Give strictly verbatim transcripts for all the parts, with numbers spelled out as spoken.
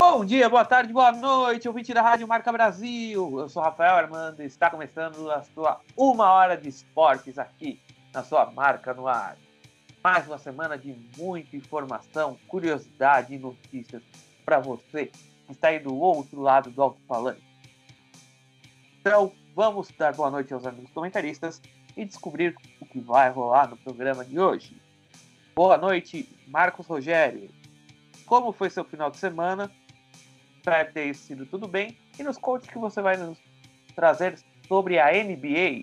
Bom dia, boa tarde, boa noite, ouvinte da Rádio Marca Brasil. Eu sou Rafael Armando e está começando a sua uma hora de esportes aqui na sua Marca no Ar. Mais uma semana de muita informação, curiosidade e notícias para você que está aí do outro lado do alto-falante. Então, vamos dar boa noite aos amigos comentaristas e descobrir o que vai rolar no programa de hoje. Boa noite, Marcos Rogério. Como foi seu final de semana? Espero ter sido tudo bem. E nos conte o que você vai nos trazer sobre a N B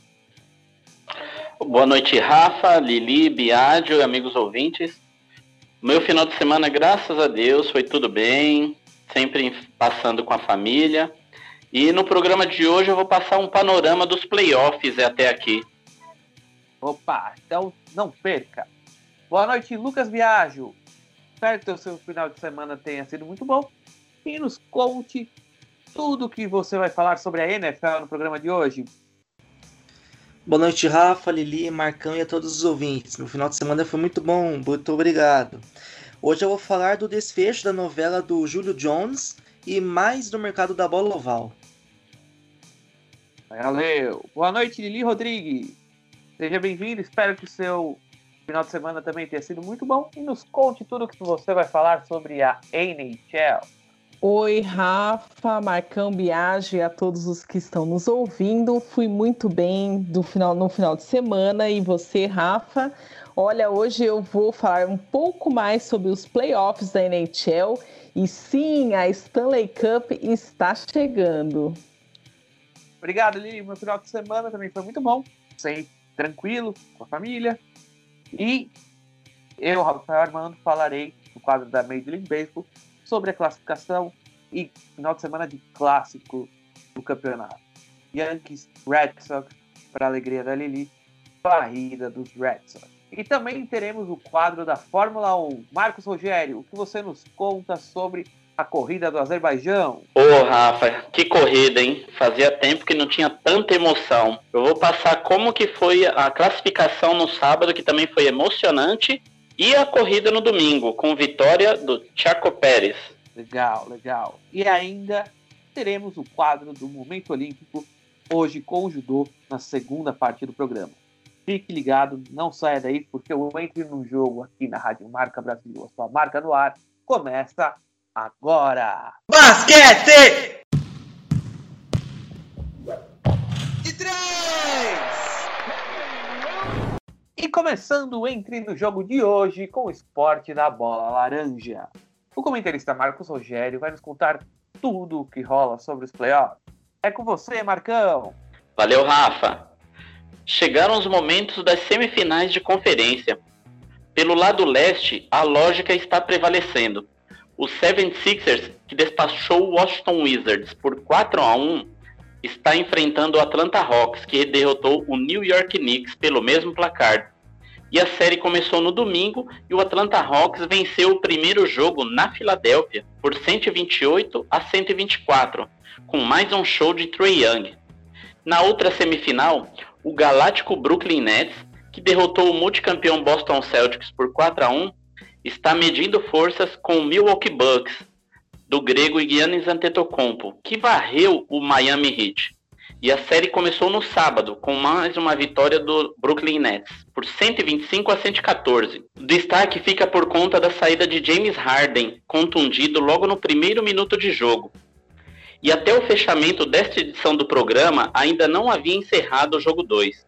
A. Boa noite, Rafa, Lili, Biagio e amigos ouvintes. Meu final de semana, graças a Deus, foi tudo bem. Sempre passando com a família. E no programa de hoje eu vou passar um panorama dos playoffs até aqui. Opa, então não perca. Boa noite, Lucas Biagio. Espero que o seu final de semana tenha sido muito bom. E nos conte tudo o que você vai falar sobre a N F L no programa de hoje. Boa noite, Rafa, Lili, Marcão e a todos os ouvintes. Meu final de semana foi muito bom, muito obrigado. Hoje eu vou falar do desfecho da novela do Julio Jones e mais do mercado da bola oval. Valeu. Boa noite, Lili Rodrigues. Seja bem-vindo, espero que o seu final de semana também tenha sido muito bom e nos conte tudo o que você vai falar sobre a N H L. Oi, Rafa, Marcão, Biagio e a todos os que estão nos ouvindo. Fui muito bem do final, no final de semana. E você, Rafa? Olha, hoje eu vou falar um pouco mais sobre os playoffs da N H L. E sim, a Stanley Cup está chegando. Obrigado, Lili. Meu final de semana também foi muito bom. Sei, tranquilo, com a família. E eu, Rafael Armando, falarei no quadro da Major League Baseball sobre a classificação e final de semana de clássico do campeonato. Yankees, Red Sox, para a alegria da Lili, barrida dos Red Sox. E também teremos o quadro da Fórmula um. Marcos Rogério, o que você nos conta sobre a corrida do Azerbaijão? Ô, Rafa, que corrida, hein? Fazia tempo que não tinha tanta emoção. Eu vou passar como que foi a classificação no sábado, que também foi emocionante, e a corrida no domingo, com vitória do Checo Pérez. Legal, legal. E ainda teremos o quadro do Momento Olímpico, hoje com o judô, na segunda parte do programa. Fique ligado, não saia daí, porque o Entre no Jogo aqui na Rádio Marca Brasil, a sua marca no ar, começa agora. Basquete! De três! E começando o Entre no Jogo de hoje com o esporte da bola laranja. O comentarista Marcos Rogério vai nos contar tudo o que rola sobre os playoffs. É com você, Marcão. Valeu, Rafa. Chegaram os momentos das semifinais de conferência. Pelo lado leste, a lógica está prevalecendo. O setenta e seis ers, que despachou o Washington Wizards por quatro a um, está enfrentando o Atlanta Hawks, que derrotou o New York Knicks pelo mesmo placar. E a série começou no domingo e o Atlanta Hawks venceu o primeiro jogo na Filadélfia por cento e vinte e oito a cento e vinte e quatro, com mais um show de Trae Young. Na outra semifinal, o galáctico Brooklyn Nets, que derrotou o multicampeão Boston Celtics por quatro a um, está medindo forças com o Milwaukee Bucks, do grego Giannis Antetokounmpo, que varreu o Miami Heat. E a série começou no sábado, com mais uma vitória do Brooklyn Nets, por cento e vinte e cinco a cento e quatorze. O destaque fica por conta da saída de James Harden, contundido logo no primeiro minuto de jogo. E até o fechamento desta edição do programa, ainda não havia encerrado o jogo dois.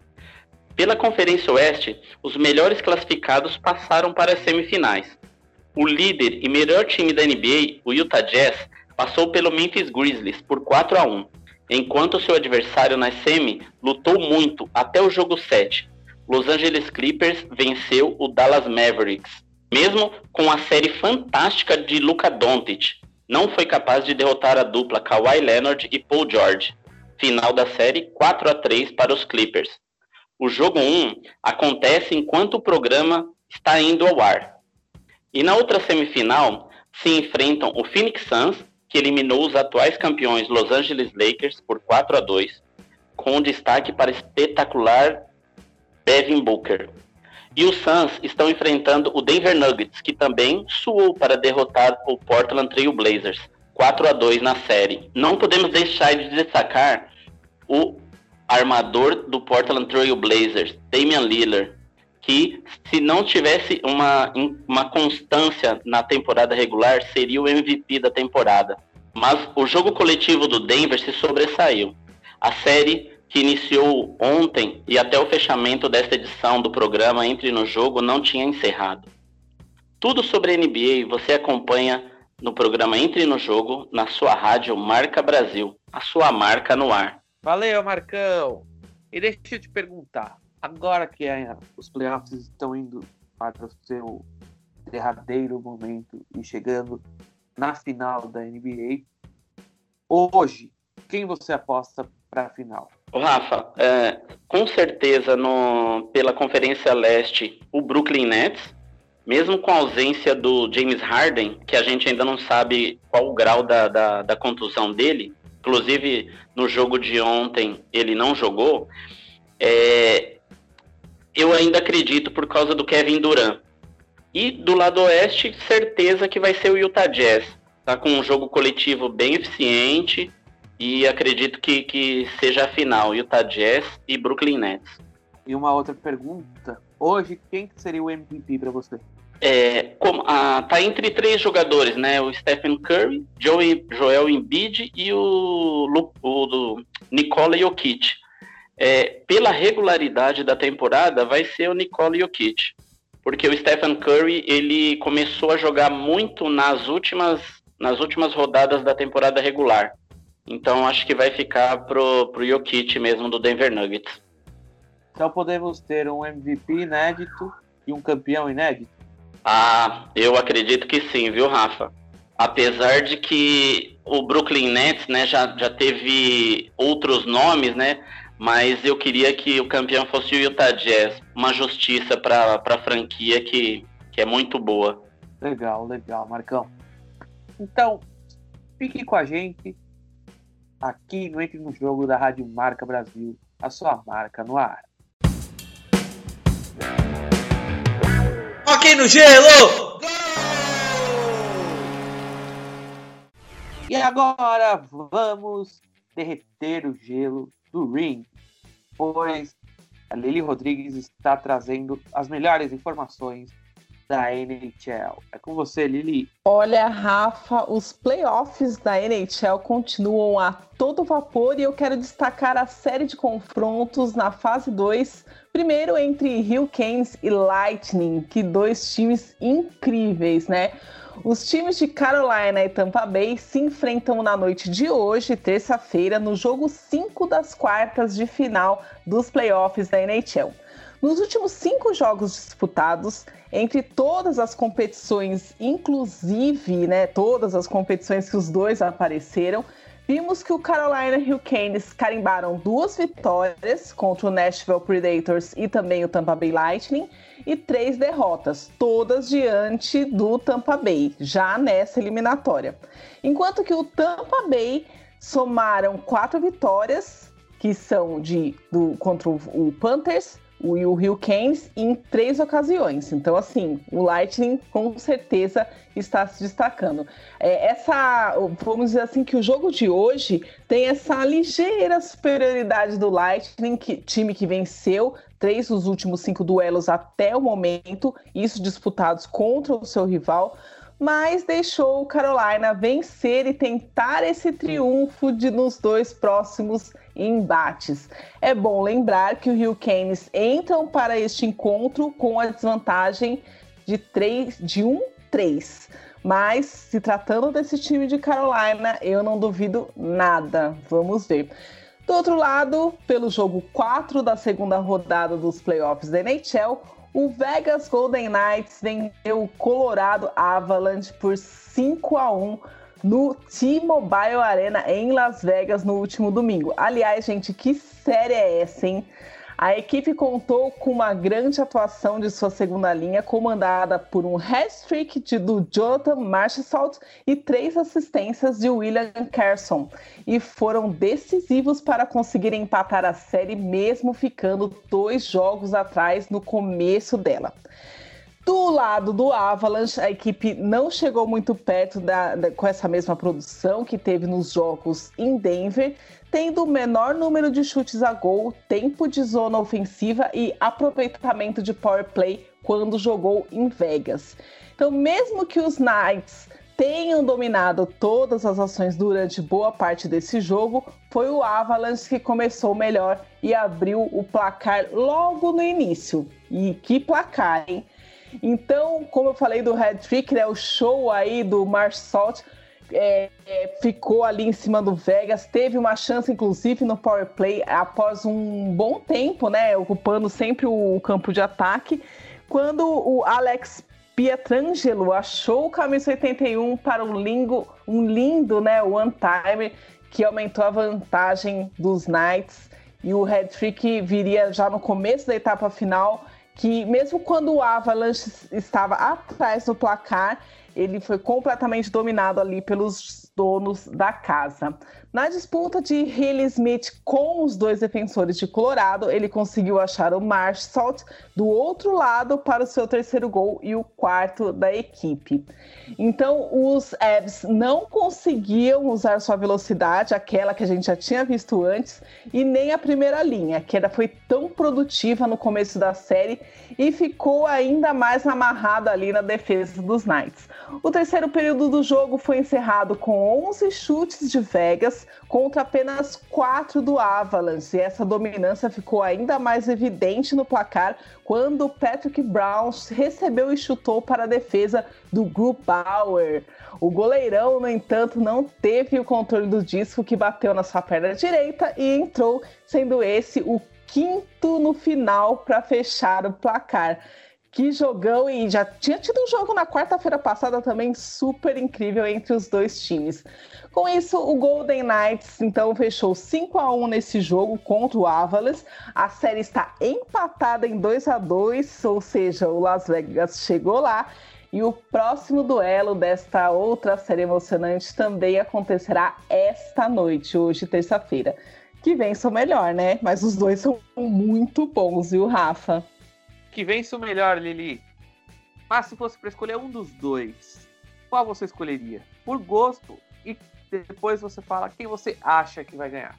Pela Conferência Oeste, os melhores classificados passaram para as semifinais. O líder e melhor time da N B A, o Utah Jazz, passou pelo Memphis Grizzlies por quatro a um, enquanto seu adversário na semi lutou muito até o jogo sete. Los Angeles Clippers venceu o Dallas Mavericks. Mesmo com a série fantástica de Luka Doncic, não foi capaz de derrotar a dupla Kawhi Leonard e Paul George. Final da série quatro a três para os Clippers. O jogo um acontece enquanto o programa está indo ao ar. E na outra semifinal se enfrentam o Phoenix Suns, que eliminou os atuais campeões Los Angeles Lakers por quatro a dois, com destaque para espetacular Devin Booker. E os Suns estão enfrentando o Denver Nuggets, que também suou para derrotar o Portland Trail Blazers, quatro a dois na série. Não podemos deixar de destacar o armador do Portland Trail Blazers, Damian Lillard, que se não tivesse uma, uma constância na temporada regular, seria o M V P da temporada. Mas o jogo coletivo do Denver se sobressaiu. A série que iniciou ontem e até o fechamento desta edição do programa Entre no Jogo não tinha encerrado. Tudo sobre N B A você acompanha no programa Entre no Jogo, na sua rádio Marca Brasil, a sua marca no ar. Valeu, Marcão! E deixa eu te perguntar, agora que é, os playoffs estão indo para o seu derradeiro momento e chegando na final da N B A, hoje, quem você aposta para a final? Ô Rafa, é, com certeza no, pela Conferência Leste, o Brooklyn Nets, mesmo com a ausência do James Harden, que a gente ainda não sabe qual o grau da, da, da contusão dele, inclusive no jogo de ontem ele não jogou, é, eu ainda acredito por causa do Kevin Durant. E do lado oeste, certeza que vai ser o Utah Jazz. Tá com um jogo coletivo bem eficiente e acredito que, que seja a final, Utah Jazz e Brooklyn Nets. E uma outra pergunta, hoje quem seria o M V P para você? É, como, ah, tá entre três jogadores, né? O Stephen Curry, Joey, Joel Embiid e o, o do Nikola Jokic. É, pela regularidade da temporada, vai ser o Nikola Jokic, porque o Stephen Curry ele começou a jogar muito nas últimas, nas últimas rodadas da temporada regular. Então acho que vai ficar pro, pro Jokic mesmo do Denver Nuggets. Então podemos ter um M V P inédito e um campeão inédito? Ah, eu acredito que sim, viu, Rafa? Apesar de que o Brooklyn Nets, né, já, já teve outros nomes, né? Mas eu queria que o campeão fosse o Utah Jazz. Uma justiça para a franquia que, que é muito boa. Legal, legal, Marcão. Então, fique com a gente aqui no Entre no Jogo da Rádio Marca Brasil, a sua marca no ar. Ok no gelo! E agora vamos derreter o gelo do ring, pois a Lili Rodrigues está trazendo as melhores informações da N H L. É com você, Lili. Olha, Rafa, os playoffs da N H L continuam a todo vapor e eu quero destacar a série de confrontos na fase dois, primeiro entre Hurricanes e Lightning, que dois times incríveis, né? Os times de Carolina e Tampa Bay se enfrentam na noite de hoje, terça-feira, no jogo cinco das quartas de final dos playoffs da N H L. Nos últimos cinco jogos disputados, entre todas as competições, inclusive, né, todas as competições que os dois apareceram, vimos que o Carolina Hurricanes carimbaram duas vitórias contra o Nashville Predators e também o Tampa Bay Lightning e três derrotas, todas diante do Tampa Bay, já nessa eliminatória. Enquanto que o Tampa Bay somaram quatro vitórias, que são de, do, contra o, o Panthers, o Hurricanes em três ocasiões. Então, assim, o Lightning com certeza está se destacando. É, essa, vamos dizer assim, que o jogo de hoje tem essa ligeira superioridade do Lightning, que, time que venceu três dos últimos cinco duelos até o momento, isso disputados contra o seu rival, mas deixou o Carolina vencer e tentar esse triunfo de, nos dois próximos embates. É bom lembrar que o Hurricanes entram para este encontro com a desvantagem de, três, de um a três. Mas, se tratando desse time de Carolina, eu não duvido nada. Vamos ver. Do outro lado, pelo jogo quatro da segunda rodada dos playoffs da N H L, o Vegas Golden Knights venceu o Colorado Avalanche por cinco a um no T-Mobile Arena em Las Vegas no último domingo. Aliás, gente, que série é essa, hein? A equipe contou com uma grande atuação de sua segunda linha, comandada por um hat-trick de, do Jonathan Marchessault e três assistências de William Carson, e foram decisivos para conseguir empatar a série, mesmo ficando dois jogos atrás no começo dela. Do lado do Avalanche, a equipe não chegou muito perto da, da, com essa mesma produção que teve nos jogos em Denver, tendo o menor número de chutes a gol, tempo de zona ofensiva e aproveitamento de power play quando jogou em Vegas. Então, mesmo que os Knights tenham dominado todas as ações durante boa parte desse jogo, foi o Avalanche que começou melhor e abriu o placar logo no início. E que placar, hein? Então, como eu falei do hat-trick, né, o show aí do Marchessault é, é, ficou ali em cima do Vegas, teve uma chance, inclusive, no power play, após um bom tempo, né, ocupando sempre o, o campo de ataque, quando o Alex Pietrangelo achou o camisa oitenta e um para um lindo, um lindo né, one-timer, que aumentou a vantagem dos Knights, e o hat-trick viria já no começo da etapa final, que mesmo quando o Avalanche estava atrás do placar, ele foi completamente dominado ali pelos donos da casa. Na disputa de Healy Smith com os dois defensores de Colorado, ele conseguiu achar o Marchessault do outro lado para o seu terceiro gol e o quarto da equipe. Então, os Avs não conseguiam usar sua velocidade, aquela que a gente já tinha visto antes, e nem a primeira linha, que era, foi tão produtiva no começo da série e ficou ainda mais amarrada ali na defesa dos Knights. O terceiro período do jogo foi encerrado com onze chutes de Vegas contra apenas quatro do Avalanche, e essa dominância ficou ainda mais evidente no placar quando Patrick Brown recebeu e chutou para a defesa do Grubauer. O goleirão, no entanto, não teve o controle do disco, que bateu na sua perna direita e entrou, sendo esse o quinto no final para fechar o placar. Que jogão, e já tinha tido um jogo na quarta-feira passada também super incrível entre os dois times. Com isso, o Golden Knights então fechou cinco a um nesse jogo contra o Avalanche. A série está empatada em dois a dois, ou seja, o Las Vegas chegou lá. E o próximo duelo desta outra série emocionante também acontecerá esta noite, hoje, terça-feira. Que vença o melhor, né? Mas os dois são muito bons, viu, Rafa? Que vence o melhor, Lili. Mas se fosse para escolher um dos dois, qual você escolheria? Por gosto, e depois você fala quem você acha que vai ganhar.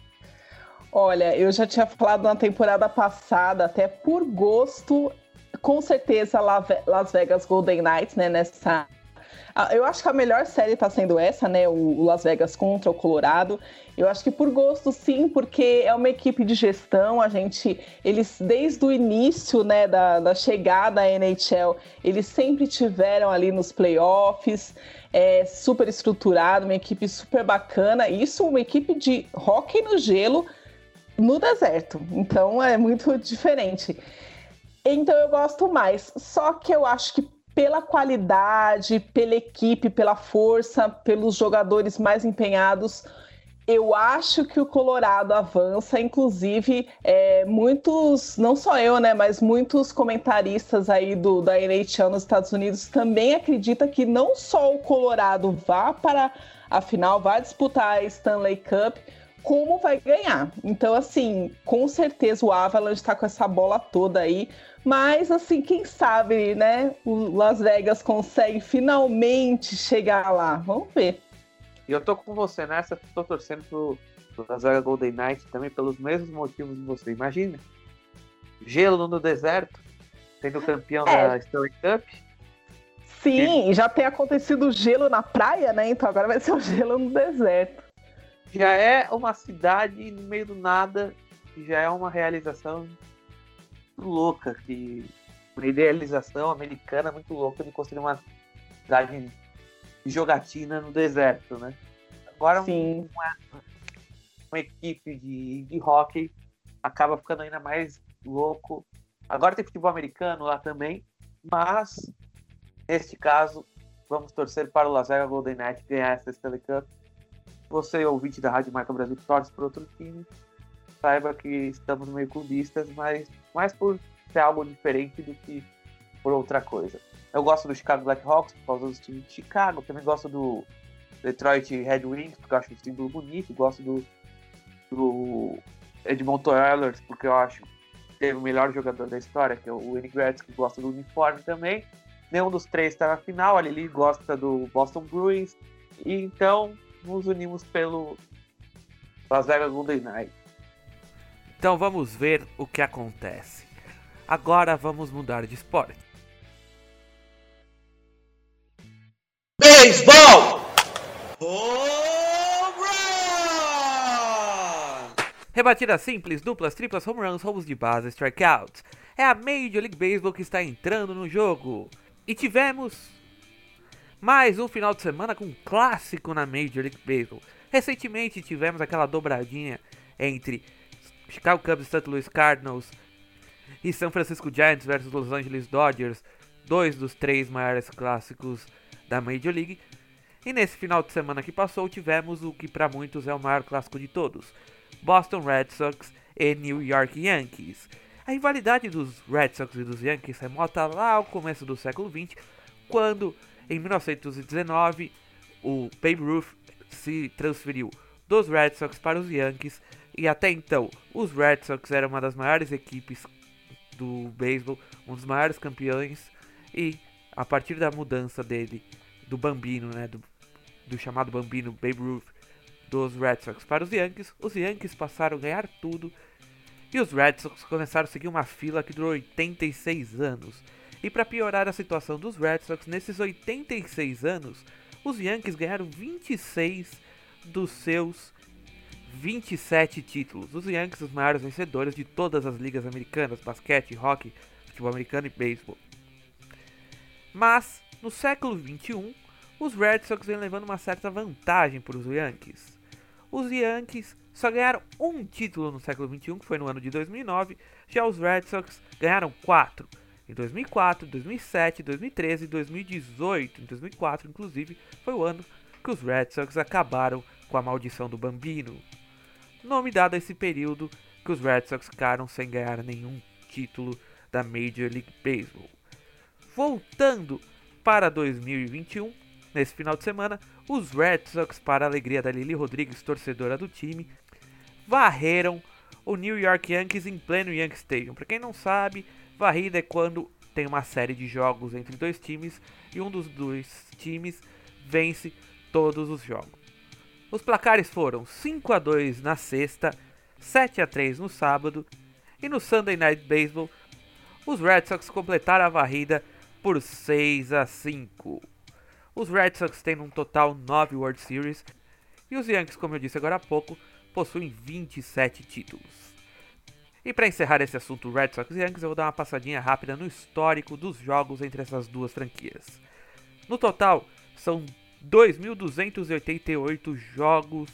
Olha, eu já tinha falado na temporada passada, até por gosto, com certeza Las Vegas Golden Knights, né, nessa... Eu acho que a melhor série está sendo essa, né? O Las Vegas contra o Colorado. Eu acho que por gosto, sim, porque é uma equipe de gestão. A gente, eles desde o início, né, da, da chegada à N H L, eles sempre tiveram ali nos playoffs, é, super estruturado, uma equipe super bacana. Isso, uma equipe de hóquei no gelo no deserto. Então é muito diferente. Então eu gosto mais. Só que eu acho que pela qualidade, pela equipe, pela força, pelos jogadores mais empenhados, eu acho que o Colorado avança. Inclusive, é, muitos, não só eu, né, mas muitos comentaristas aí do, da N H L nos Estados Unidos também acreditam que não só o Colorado vá para a final, vai disputar a Stanley Cup, como vai ganhar. Então, assim, com certeza o Avalanche está com essa bola toda aí. Mas, assim, quem sabe, né? O Las Vegas consegue finalmente chegar lá. Vamos ver. E eu tô com você nessa, tô torcendo pro, pro Las Vegas Golden Knights também pelos mesmos motivos de você. Imagina, gelo no deserto, sendo campeão é. da Stanley Cup. Sim, e já tem acontecido gelo na praia, né? Então agora vai ser o gelo no deserto. Já é uma cidade no meio do nada, já é uma realização louca, que uma idealização americana muito louca de construir uma cidade de jogatina no deserto, né? Agora Sim. Uma, uma equipe de, de hockey acaba ficando ainda mais louco. Agora tem futebol americano lá também, mas neste caso vamos torcer para o Las Vegas Golden Knights ganhar essa Stanley Cup. Você, ouvinte da Rádio Marca Brasil, torce para outro time. saiba que estamos meio clubistas, mas mais por ser algo diferente do que por outra coisa. Eu gosto do Chicago Blackhawks por causa dos times de Chicago, também gosto do Detroit Red Wings porque eu acho o símbolo bonito, gosto do, do Edmonton Oilers porque eu acho que teve o melhor jogador da história, que é o Wayne Gretzky, que gosta do uniforme também. Nenhum dos três está na final, a Lili gosta do Boston Bruins, e então nos unimos pelo Las Vegas Golden Knights. Então vamos ver o que acontece. Agora vamos mudar de esporte. Beisebol! Home run! Rebatidas simples, duplas, triplas, home runs, roubos de base, strikeouts. É a Major League Baseball que está entrando no jogo. E tivemos mais um final de semana com um clássico na Major League Baseball. Recentemente tivemos aquela dobradinha entre Chicago Cubs e Saint Louis Cardinals e San Francisco Giants versus Los Angeles Dodgers, dois dos três maiores clássicos da Major League. E nesse final de semana que passou tivemos o que para muitos é o maior clássico de todos, Boston Red Sox e New York Yankees. A rivalidade dos Red Sox e dos Yankees remota lá ao começo do século vinte, quando em mil novecentos e dezenove o Babe Ruth se transferiu dos Red Sox para os Yankees, e até então os Red Sox eram uma das maiores equipes do beisebol, um dos maiores campeões, e a partir da mudança dele, do Bambino, né, do, do chamado Bambino Babe Ruth, dos Red Sox para os Yankees, os Yankees passaram a ganhar tudo, e os Red Sox começaram a seguir uma fila que durou oitenta e seis anos. E para piorar a situação dos Red Sox, nesses oitenta e seis anos, os Yankees ganharam vinte e seis dos seus vinte e sete títulos. Os Yankees, os maiores vencedores de todas as ligas americanas, basquete, hockey, futebol americano e beisebol. Mas, no século vinte e um, os Red Sox vêm levando uma certa vantagem para os Yankees. Os Yankees só ganharam um título no século vinte e um, que foi no ano de dois mil e nove, já os Red Sox ganharam quatro. Em dois mil e quatro, dois mil e sete, dois mil e treze e dois mil e dezoito. Em dois mil e quatro, inclusive, foi o ano que os Red Sox acabaram com a maldição do Bambino. Nome dado a esse período que os Red Sox ficaram sem ganhar nenhum título da Major League Baseball. Voltando para dois mil e vinte e um, nesse final de semana, os Red Sox, para a alegria da Lili Rodrigues, torcedora do time, varreram o New York Yankees em pleno Yankee Stadium. Para quem não sabe, varrida é quando tem uma série de jogos entre dois times e um dos dois times vence todos os jogos. Os placares foram cinco a dois na sexta, sete a três no sábado, e no Sunday Night Baseball os Red Sox completaram a varrida por seis a cinco. Os Red Sox têm um total nove World Series e os Yankees, como eu disse agora há pouco, possuem vinte e sete títulos. E para encerrar esse assunto Red Sox e Yankees, eu vou dar uma passadinha rápida no histórico dos jogos entre essas duas franquias. No total, são dois mil duzentos e oitenta e oito jogos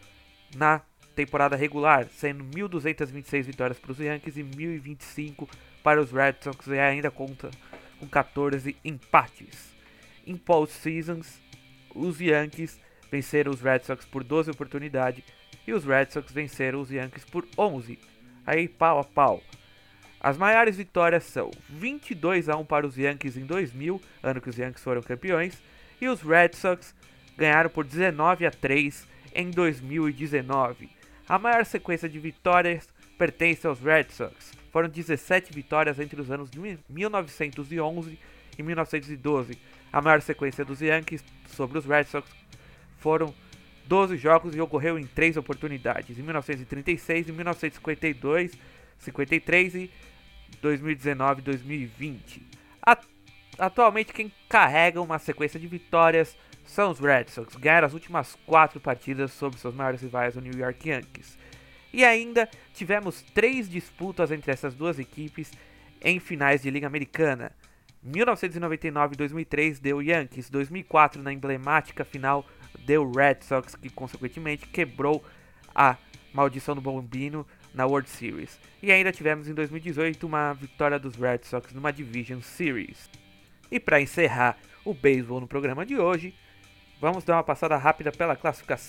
na temporada regular, sendo mil duzentos e vinte e seis vitórias para os Yankees e mil e vinte e cinco para os Red Sox, e ainda conta com catorze empates. Em postseasons, os Yankees venceram os Red Sox por doze oportunidades e os Red Sox venceram os Yankees por onze. Aí pau a pau. As maiores vitórias são vinte e dois a um para os Yankees em dois mil, ano que os Yankees foram campeões, e os Red Sox ganharam por dezenove a três em dois mil e dezenove. A maior sequência de vitórias pertence aos Red Sox. Foram dezessete vitórias entre os anos de mil novecentos e onze e mil novecentos e doze. A maior sequência dos Yankees sobre os Red Sox foram doze jogos e ocorreu em três oportunidades, em mil novecentos e trinta e seis, em mil novecentos e cinquenta e dois, cinquenta e três e dois mil e dezenove e dois mil e vinte. Atualmente quem carrega uma sequência de vitórias são os Red Sox, ganharam as últimas quatro partidas sobre seus maiores rivais, o New York Yankees. E ainda tivemos três disputas entre essas duas equipes em finais de Liga Americana. mil novecentos e noventa e nove e dois mil e três deu Yankees, dois mil e quatro na emblemática final deu Red Sox, que consequentemente quebrou a maldição do Bambino na World Series. E ainda tivemos em dois mil e dezoito uma vitória dos Red Sox numa Division Series. E para encerrar o beisebol no programa de hoje, vamos dar uma passada rápida pela classificação.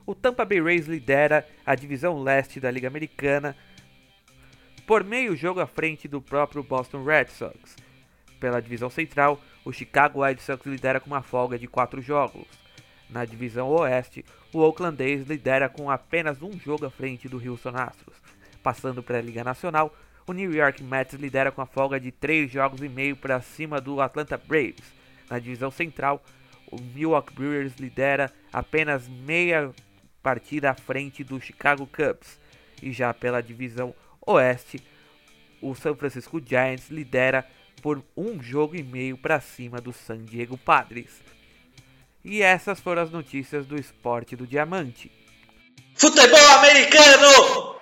o Tampa Bay Rays lidera a divisão leste da Liga Americana por meio jogo à frente do próprio Boston Red Sox. Pela divisão central, o Chicago White Sox lidera com uma folga de quatro jogos. Na divisão oeste, o Oakland A's lidera com apenas um jogo à frente do Houston Astros. Passando para a Liga Nacional, o New York Mets lidera com a folga de três jogos e meio para cima do Atlanta Braves. Na divisão central, o Milwaukee Brewers lidera apenas meia partida à frente do Chicago Cubs. E já pela divisão oeste, o San Francisco Giants lidera por um jogo e meio para cima do San Diego Padres. E essas foram as notícias do esporte do diamante. Futebol americano!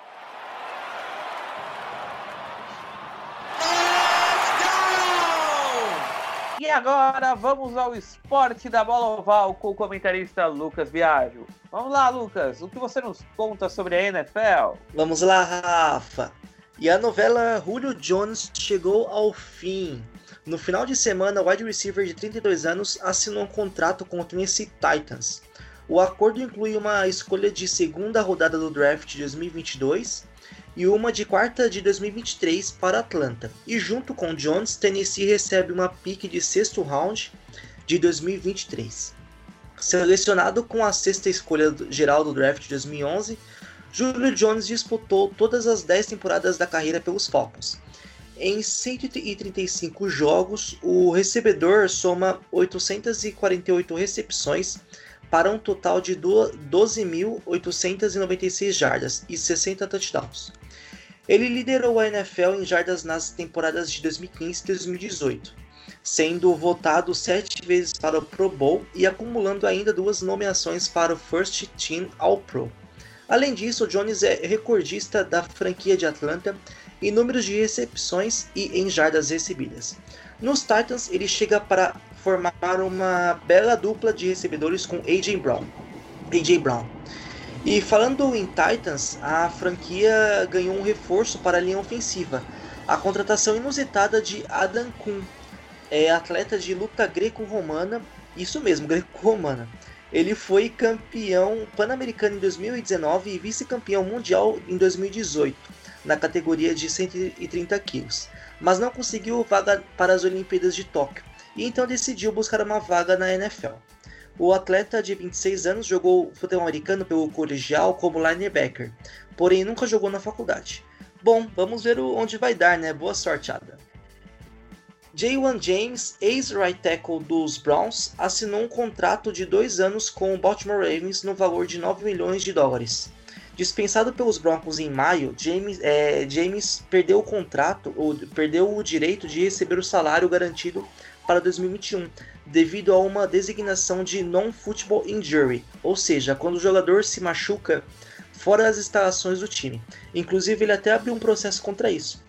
E agora vamos ao esporte da bola oval com o comentarista Lucas Biagio. Vamos lá, Lucas, o que você nos conta sobre a N F L? Vamos lá, Rafa. E a novela Julio Jones chegou ao fim. No final de semana, o wide receiver de trinta e dois anos assinou um contrato com o Tennessee Titans. O acordo inclui uma escolha de segunda rodada do draft de dois mil e vinte e dois e uma de quarta de dois mil e vinte e três para Atlanta. E junto com Jones, Tennessee recebe uma pick de sexto round de dois mil e vinte e três. Selecionado com a sexta escolha geral do draft de dois mil e onze, Julio Jones disputou todas as dez temporadas da carreira pelos Falcons. Em cento e trinta e cinco jogos, o recebedor soma oitocentas e quarenta e oito recepções para um total de doze mil oitocentas e noventa e seis jardas e sessenta touchdowns. Ele liderou a N F L em jardas nas temporadas de dois mil e quinze e dois mil e dezoito, sendo votado sete vezes para o Pro Bowl e acumulando ainda duas nomeações para o First Team All-Pro. Além disso, Jones é recordista da franquia de Atlanta em números de recepções e em jardas recebidas. Nos Titans, ele chega para formar uma bela dupla de recebedores com A J Brown. A J Brown. E falando em Titans, a franquia ganhou um reforço para a linha ofensiva. A contratação inusitada de Adam Kuhn, é atleta de luta greco-romana, isso mesmo, greco-romana. Ele foi campeão pan-americano em dois mil e dezenove e vice-campeão mundial em dois mil e dezoito, na categoria de cento e trinta quilos, mas não conseguiu vaga para as Olimpíadas de Tóquio, e então decidiu buscar uma vaga na N F L. O atleta de vinte e seis anos jogou futebol americano pelo colegial como linebacker, porém nunca jogou na faculdade. Bom, vamos ver onde vai dar, né? Boa sorte, Ada. Ja'Wuan James, ex-right tackle dos Browns, assinou um contrato de dois anos com o Baltimore Ravens no valor de nove milhões de dólares. Dispensado pelos Broncos em maio, James, é, James perdeu o contrato, ou perdeu o direito de receber o salário garantido para dois mil e vinte e um, devido a uma designação de non-football injury, ou seja, quando o jogador se machuca fora das instalações do time. Inclusive, ele até abriu um processo contra isso.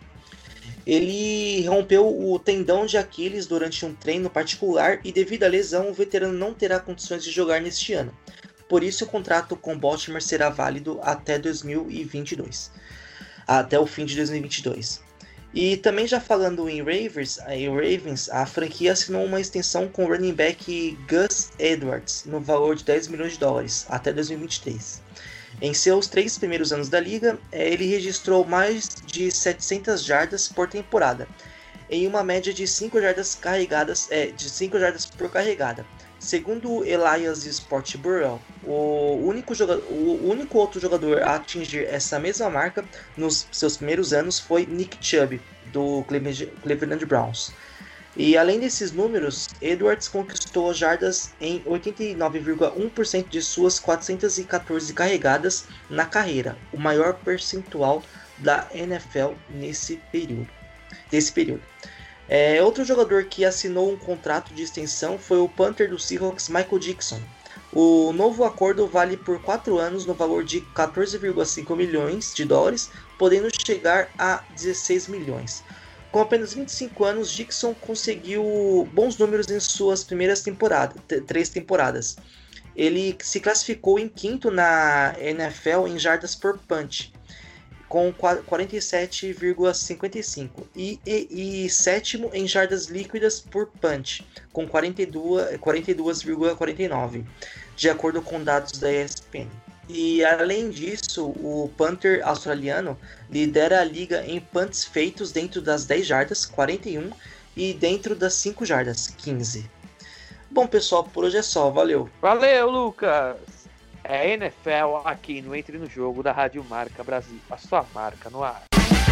Ele rompeu o tendão de Aquiles durante um treino particular e, devido à lesão, o veterano não terá condições de jogar neste ano. Por isso, o contrato com Baltimore será válido até dois mil e vinte e dois, até o fim de dois mil e vinte e dois. E também já falando em Ravens, em Ravens, a franquia assinou uma extensão com o running back Gus Edwards no valor de dez milhões de dólares até dois mil e vinte e três. Em seus três primeiros anos da liga, ele registrou mais de setecentas jardas por temporada, em uma média de cinco jardas carregadas, é, de cinco jardas por carregada. Segundo Elias Sport Bureau, o único, jogador, o único outro jogador a atingir essa mesma marca nos seus primeiros anos foi Nick Chubb, do Cleveland Browns. E além desses números, Edwards conquistou jardas em oitenta e nove vírgula um por cento de suas quatrocentas e quatorze carregadas na carreira, o maior percentual da N F L nesse período. Desse período. É, outro jogador que assinou um contrato de extensão foi o punter do Seahawks, Michael Dickson. O novo acordo vale por quatro anos no valor de quatorze vírgula cinco milhões de dólares, podendo chegar a dezesseis milhões. Com apenas vinte e cinco anos, Dickson conseguiu bons números em suas primeiras temporadas, t- três temporadas. Ele se classificou em quinto na N F L em jardas por punch, com quarenta e sete vírgula cinquenta e cinco, e, e, e sétimo em jardas líquidas por punch, com quarenta e duas vírgula quarenta e nove, de acordo com dados da E S P N. E além disso, o punter australiano lidera a liga em punts feitos dentro das dez jardas, quarenta e um, e dentro das cinco jardas, quinze. Bom, pessoal, por hoje é só. Valeu. Valeu, Lucas. É N F L aqui no Entre no Jogo da Rádio Marca Brasil. A sua marca no ar.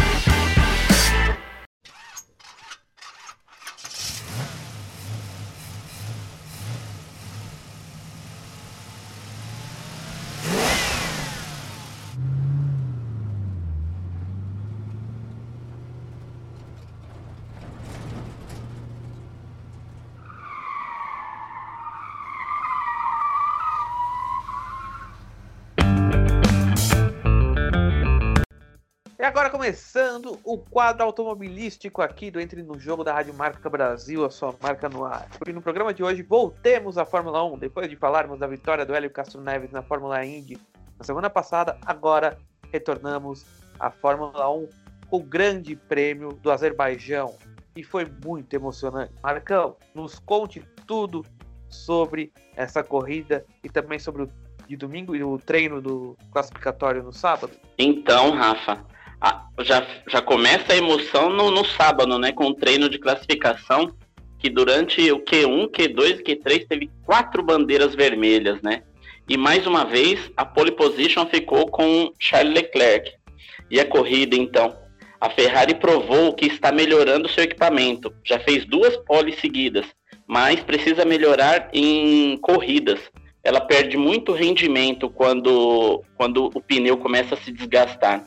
E agora começando o quadro automobilístico aqui do Entre no Jogo da Rádio Marca Brasil, a sua marca no ar. E no programa de hoje voltemos à Fórmula um, depois de falarmos da vitória do Hélio Castro Neves na Fórmula Indy na semana passada, agora retornamos à Fórmula um com o Grande Prêmio do Azerbaijão, e foi muito emocionante. Marcão, nos conte tudo sobre essa corrida e também sobre o de domingo e o treino do classificatório no sábado. Então, Rafa, Ah, já, já começa a emoção no, no sábado, né? Com o treino de classificação, que durante o Q um, Q dois e Q três teve quatro bandeiras vermelhas, né? E mais uma vez, a pole position ficou com Charles Leclerc. E a corrida, então? A Ferrari provou que está melhorando seu equipamento. Já fez duas poles seguidas, mas precisa melhorar em corridas. Ela perde muito rendimento quando, quando o pneu começa a se desgastar.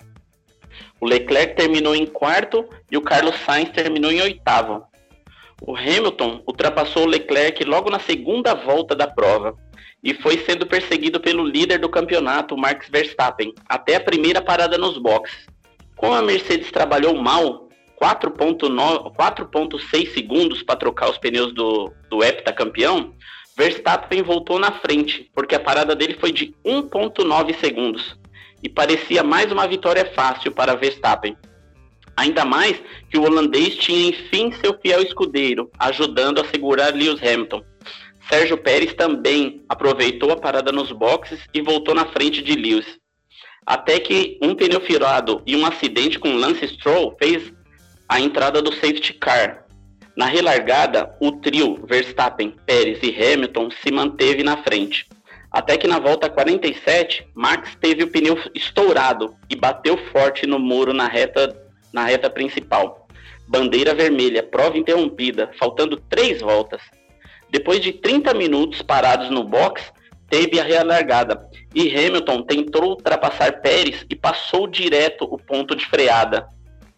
O Leclerc terminou em quarto e o Carlos Sainz terminou em oitavo. O Hamilton ultrapassou o Leclerc logo na segunda volta da prova e foi sendo perseguido pelo líder do campeonato, Max Verstappen, até a primeira parada nos boxes. Como a Mercedes trabalhou mal, quatro vírgula seis segundos para trocar os pneus do, do heptacampeão, Verstappen voltou na frente, porque a parada dele foi de um vírgula nove segundos. E parecia mais uma vitória fácil para Verstappen. Ainda mais que o holandês tinha enfim seu fiel escudeiro, ajudando a segurar Lewis Hamilton. Sérgio Pérez também aproveitou a parada nos boxes e voltou na frente de Lewis. Até que um pneu furado e um acidente com Lance Stroll fez a entrada do safety car. Na relargada, o trio Verstappen, Pérez e Hamilton se manteve na frente. Até que na volta quarenta e sete, Max teve o pneu estourado e bateu forte no muro na reta, na reta principal. Bandeira vermelha, prova interrompida, faltando três voltas. Depois de trinta minutos parados no box, teve a relargada e Hamilton tentou ultrapassar Pérez e passou direto o ponto de freada.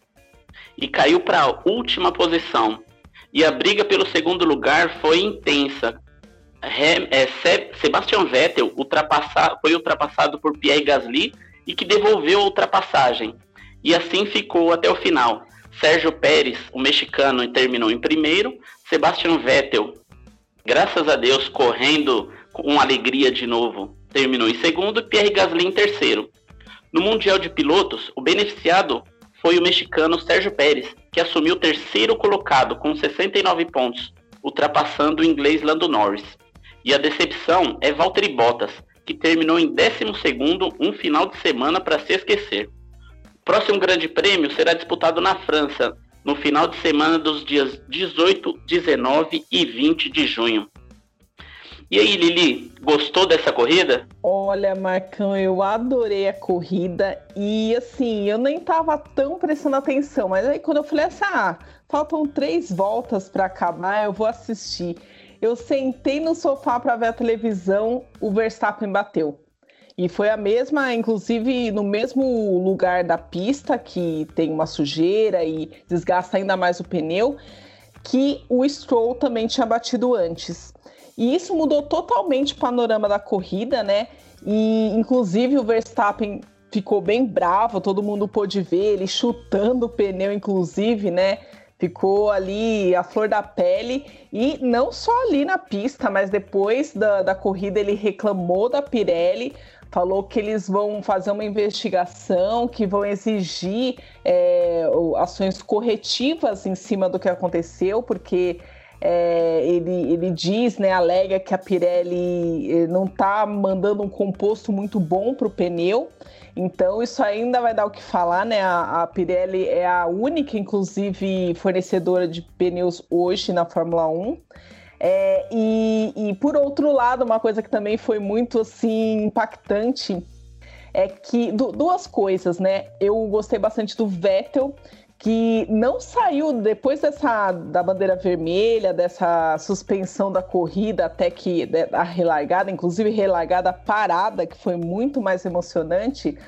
E caiu para a última posição. E a briga pelo segundo lugar foi intensa. Sebastian Vettel ultrapassa, foi ultrapassado por Pierre Gasly e que devolveu a ultrapassagem. E assim ficou até o final. Sérgio Pérez, o mexicano, terminou em primeiro. Sebastian Vettel, graças a Deus, correndo com alegria de novo, terminou em segundo. E Pierre Gasly em terceiro. No Mundial de Pilotos, o beneficiado foi o mexicano Sérgio Pérez, que assumiu o terceiro colocado com sessenta e nove pontos, ultrapassando o inglês Lando Norris. E a decepção é Valtteri Bottas, que terminou em décimo segundo, um final de semana para se esquecer. O próximo grande prêmio será disputado na França, no final de semana dos dias dezoito, dezenove e vinte de junho. E aí, Lili, gostou dessa corrida? Olha, Marcão, eu adorei a corrida e, assim, eu nem tava tão prestando atenção, mas aí quando eu falei assim, ah, faltam três voltas para acabar, eu vou assistir. Eu sentei no sofá para ver a televisão, o Verstappen bateu. E foi a mesma, inclusive no mesmo lugar da pista, que tem uma sujeira e desgasta ainda mais o pneu, que o Stroll também tinha batido antes. E isso mudou totalmente o panorama da corrida, né? E inclusive o Verstappen ficou bem bravo, todo mundo pôde ver ele chutando o pneu, inclusive, né? Ficou ali a flor da pele, e não só ali na pista, mas depois da, da corrida ele reclamou da Pirelli, falou que eles vão fazer uma investigação, que vão exigir é, ações corretivas em cima do que aconteceu, porque É, ele, ele diz, né, alega que a Pirelli não está mandando um composto muito bom para o pneu, então isso ainda vai dar o que falar, né? A, a Pirelli é a única, inclusive, fornecedora de pneus hoje na Fórmula um. É, e, e por outro lado, uma coisa que também foi muito assim impactante é que du, duas coisas, né? Eu gostei bastante do Vettel, que não saiu depois dessa da bandeira vermelha, dessa suspensão da corrida até que a relargada, inclusive relargada parada, que foi muito mais emocionante.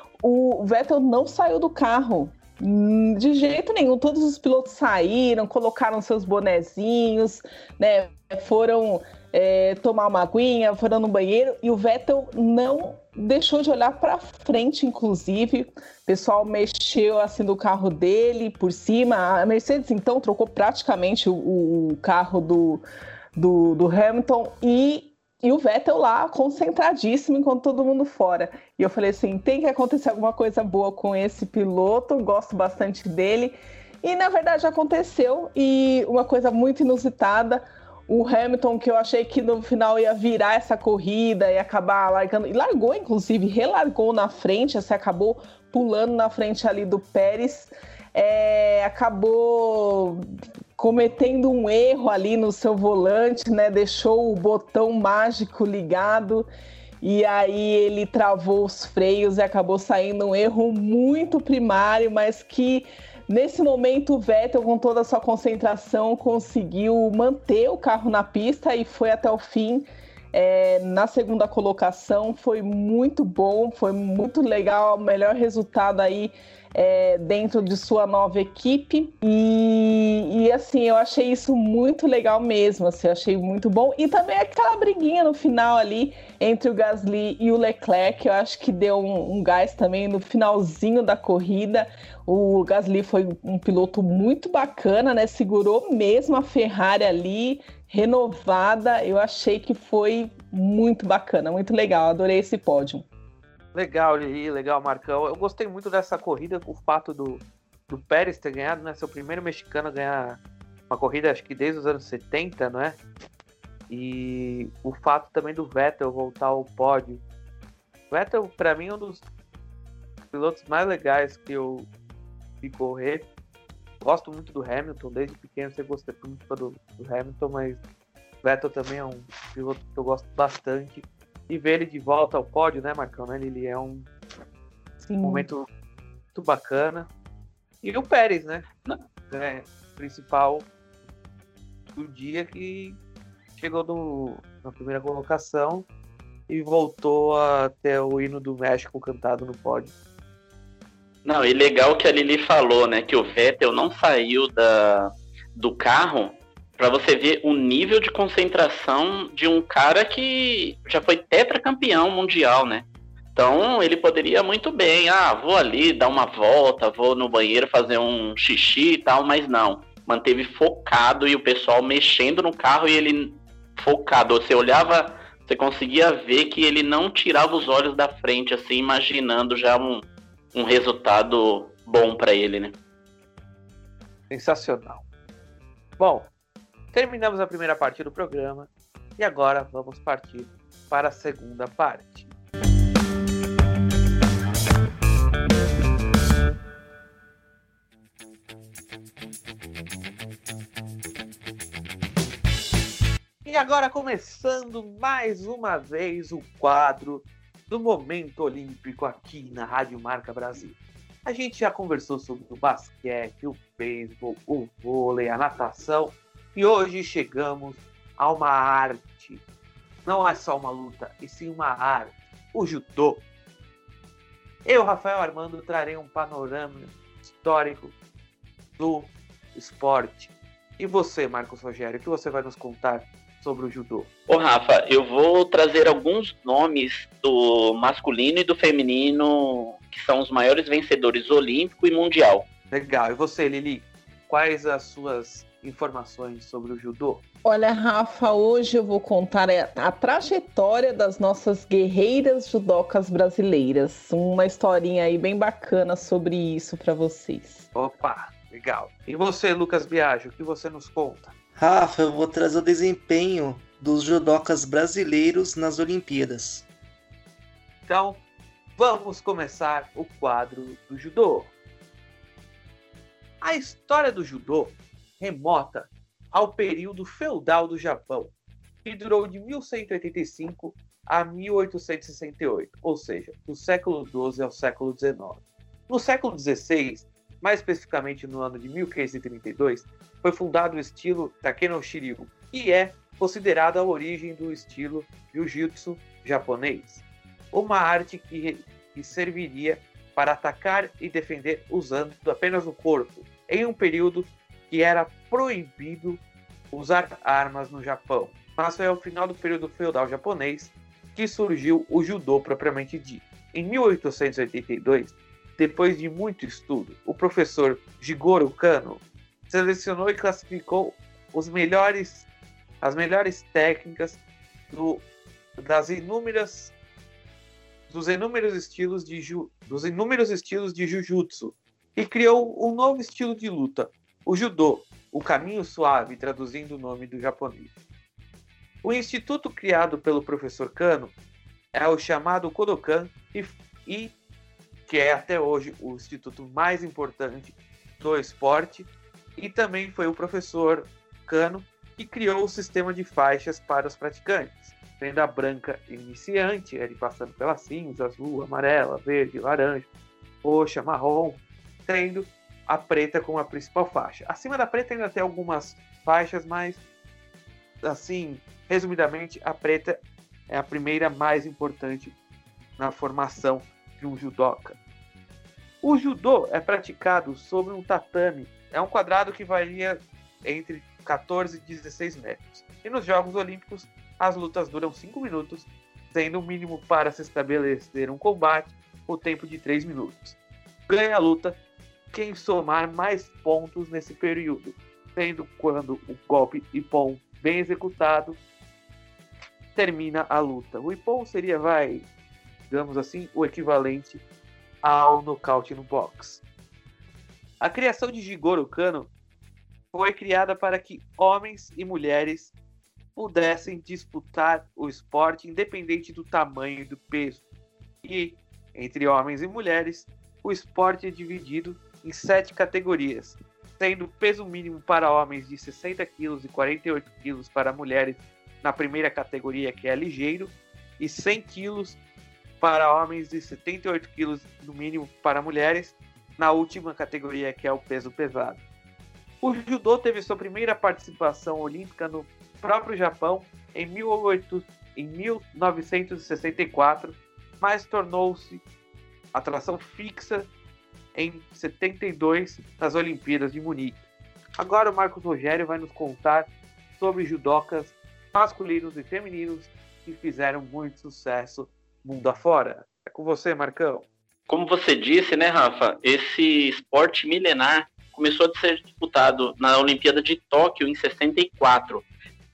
O Vettel não saiu do carro de jeito nenhum. Todos os pilotos saíram, colocaram seus bonezinhos, né? Foram é, tomar uma aguinha, foram no banheiro, e o Vettel não deixou de olhar para frente, inclusive. O pessoal mexeu assim do carro dele por cima. A Mercedes, então, trocou praticamente o, o carro do, do, do Hamilton e, e o Vettel lá concentradíssimo enquanto todo mundo fora. E eu falei assim, tem que acontecer alguma coisa boa com esse piloto, gosto bastante dele. E, na verdade, aconteceu. E uma coisa muito inusitada, o Hamilton, que eu achei que no final ia virar essa corrida e acabar largando, e largou, inclusive, relargou na frente, assim, acabou pulando na frente ali do Pérez, é, acabou cometendo um erro ali no seu volante, né? Deixou o botão mágico ligado e aí ele travou os freios e acabou saindo um erro muito primário, mas que nesse momento o Vettel, com toda a sua concentração, conseguiu manter o carro na pista e foi até o fim. É, na segunda colocação, foi muito bom, foi muito legal, o melhor resultado aí é, dentro de sua nova equipe. E, e assim, eu achei isso muito legal mesmo, assim, eu achei muito bom. E também aquela briguinha no final ali entre o Gasly e o Leclerc, eu acho que deu um, um gás também no finalzinho da corrida. O Gasly foi um piloto muito bacana, né? Segurou mesmo a Ferrari ali, renovada. Eu achei que foi muito bacana, muito legal. Adorei esse pódio. Legal, Lili, legal, Marcão. Eu gostei muito dessa corrida, o fato do, do Pérez ter ganhado, né? Ser o primeiro mexicano a ganhar uma corrida, acho que desde os anos setenta, não é? E o fato também do Vettel voltar ao pódio. O Vettel, para mim, é um dos pilotos mais legais que eu vi correr. Gosto muito do Hamilton, desde pequeno eu sempre gostei muito do, do Hamilton, mas o Vettel também é um piloto que eu gosto bastante. E ver ele de volta ao pódio, né, Marcão? Né? Ele é um Sim. momento muito bacana. E o Pérez, né? É, principal do dia, que chegou no, na primeira colocação e voltou a ter o hino do México cantado no pódio. Não, e legal que a Lili falou, né, que o Vettel não saiu da, do carro, para você ver o nível de concentração de um cara que já foi tetracampeão mundial, né? Então ele poderia muito bem, ah, vou ali dar uma volta, vou no banheiro fazer um xixi e tal, mas não. Manteve focado e o pessoal mexendo no carro e ele focado. Você olhava, você conseguia ver que ele não tirava os olhos da frente, assim, imaginando já um, um resultado bom para ele, né? Sensacional. Bom, terminamos a primeira parte do programa e agora vamos partir para a segunda parte. E agora começando mais uma vez o quadro do Momento Olímpico aqui na Rádio Marca Brasil. A gente já conversou sobre o basquete, o beisebol, o vôlei, a natação. E hoje chegamos a uma arte. Não é só uma luta, e sim uma arte. O judô. Eu, Rafael Armando, trarei um panorama histórico do esporte. E você, Marcos Rogério, o que você vai nos contar sobre o judô? Ô Rafa, eu vou trazer alguns nomes do masculino e do feminino, que são os maiores vencedores olímpico e mundial. Legal. E você, Lili, quais as suas informações sobre o judô? Olha, Rafa, hoje eu vou contar a trajetória das nossas guerreiras judocas brasileiras. Uma historinha aí bem bacana sobre isso para vocês. Opa, legal. E você, Lucas Biagio, o que você nos conta? Rafa, eu vou trazer o desempenho dos judocas brasileiros nas Olimpíadas. Então, vamos começar o quadro do judô. A história do judô remota ao período feudal do Japão, que durou de mil cento e oitenta e cinco a mil oitocentos e sessenta e oito, ou seja, do século doze ao século dezenove. No século dezesseis, mais especificamente no ano de mil quinhentos e trinta e dois, foi fundado o estilo Takeno-Shiryu, que é considerado a origem do estilo Jiu-Jitsu japonês, uma arte que, que serviria para atacar e defender usando apenas o corpo, em um período que era proibido usar armas no Japão. Mas foi ao final do período feudal japonês que surgiu o judô propriamente dito. Em mil oitocentos e oitenta e dois, depois de muito estudo, o professor Jigoro Kano selecionou e classificou os melhores, as melhores técnicas do, das inúmeras, dos inúmeros estilos de ju, dos inúmeros estilos de Jujutsu e criou um novo estilo de luta, o judô, o caminho suave, traduzindo o nome do japonês. O instituto criado pelo professor Kano é o chamado Kodokan e, e que é até hoje o instituto mais importante do esporte, e também foi o professor Kano que criou o sistema de faixas para os praticantes, tendo a branca iniciante, ele passando pela cinza, azul, amarela, verde, laranja, roxa, marrom, tendo a preta como a principal faixa. Acima da preta ainda tem algumas faixas, mas assim, resumidamente, a preta é a primeira mais importante na formação de um judoca. O judô é praticado sobre um tatame, é um quadrado que varia entre quatorze e dezesseis metros. E nos Jogos Olímpicos, as lutas duram cinco minutos, sendo o mínimo para se estabelecer um combate o tempo de três minutos. Ganha a luta quem somar mais pontos nesse período, sendo quando o golpe ippon bem executado termina a luta. O ippon seria, vai, digamos assim, o equivalente ao nocaute no boxe. A criação de Jigoro Kano foi criada para que homens e mulheres pudessem disputar o esporte independente do tamanho e do peso. E, entre homens e mulheres, o esporte é dividido em sete categorias, sendo peso mínimo para homens de sessenta quilos e quarenta e oito quilos para mulheres na primeira categoria, que é ligeiro, e cem quilos para homens de setenta e oito quilos no mínimo para mulheres, na última categoria, que é o peso pesado. O judô teve sua primeira participação olímpica no próprio Japão em mil novecentos e sessenta e quatro, mas tornou-se atração fixa em setenta e dois nas Olimpíadas de Munique. Agora o Marcos Rogério vai nos contar sobre judocas masculinos e femininos que fizeram muito sucesso mundo afora. É com você, Marcão. Como você disse, né, Rafa, esse esporte milenar começou a ser disputado na Olimpíada de Tóquio em sessenta e quatro.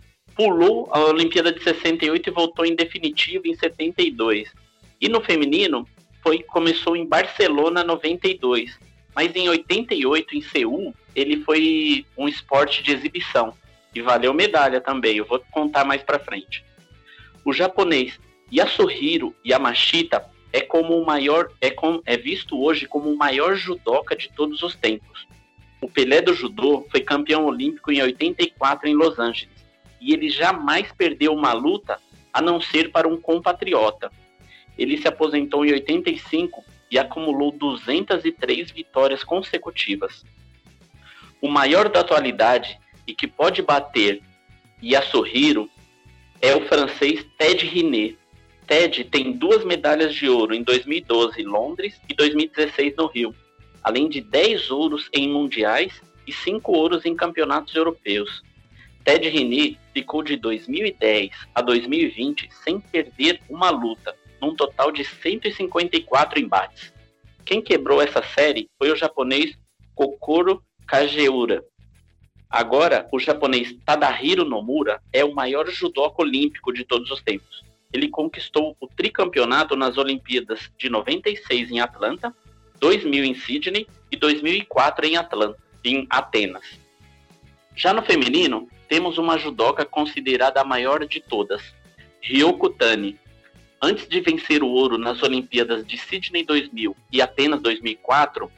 Pulou a Olimpíada de sessenta e oito e voltou em definitivo em setenta e dois. E no feminino, foi, começou em Barcelona noventa e dois. Mas em oitenta e oito, em Seul, ele foi um esporte de exibição. E valeu medalha também, eu vou contar mais pra frente. O japonês Yasuhiro Yamashita é, como o maior, é, com, é visto hoje como o maior judoca de todos os tempos. O Pelé do judô foi campeão olímpico em oitenta e quatro em Los Angeles, e ele jamais perdeu uma luta a não ser para um compatriota. Ele se aposentou em oitenta e cinco e acumulou duzentas e três vitórias consecutivas. O maior da atualidade e que pode bater Yasuhiro é o francês Ted Riner. Ted tem duas medalhas de ouro em dois mil e doze em Londres e dois mil e dezesseis no Rio, além de dez ouros em mundiais e cinco ouros em campeonatos europeus. Ted Riner ficou de dois mil e dez a dois mil e vinte sem perder uma luta, num total de cento e cinquenta e quatro embates. Quem quebrou essa série foi o japonês Kokoro Kageura. Agora, o japonês Tadahiro Nomura é o maior judoca olímpico de todos os tempos. Ele conquistou o tricampeonato nas Olimpíadas de noventa e seis em Atlanta, dois mil em Sydney e dois mil e quatro em Atlanta, em Atenas. Já no feminino, temos uma judoca considerada a maior de todas, Ryoko Tani. Antes de vencer o ouro nas Olimpíadas de Sydney dois mil e Atenas dois mil e quatro,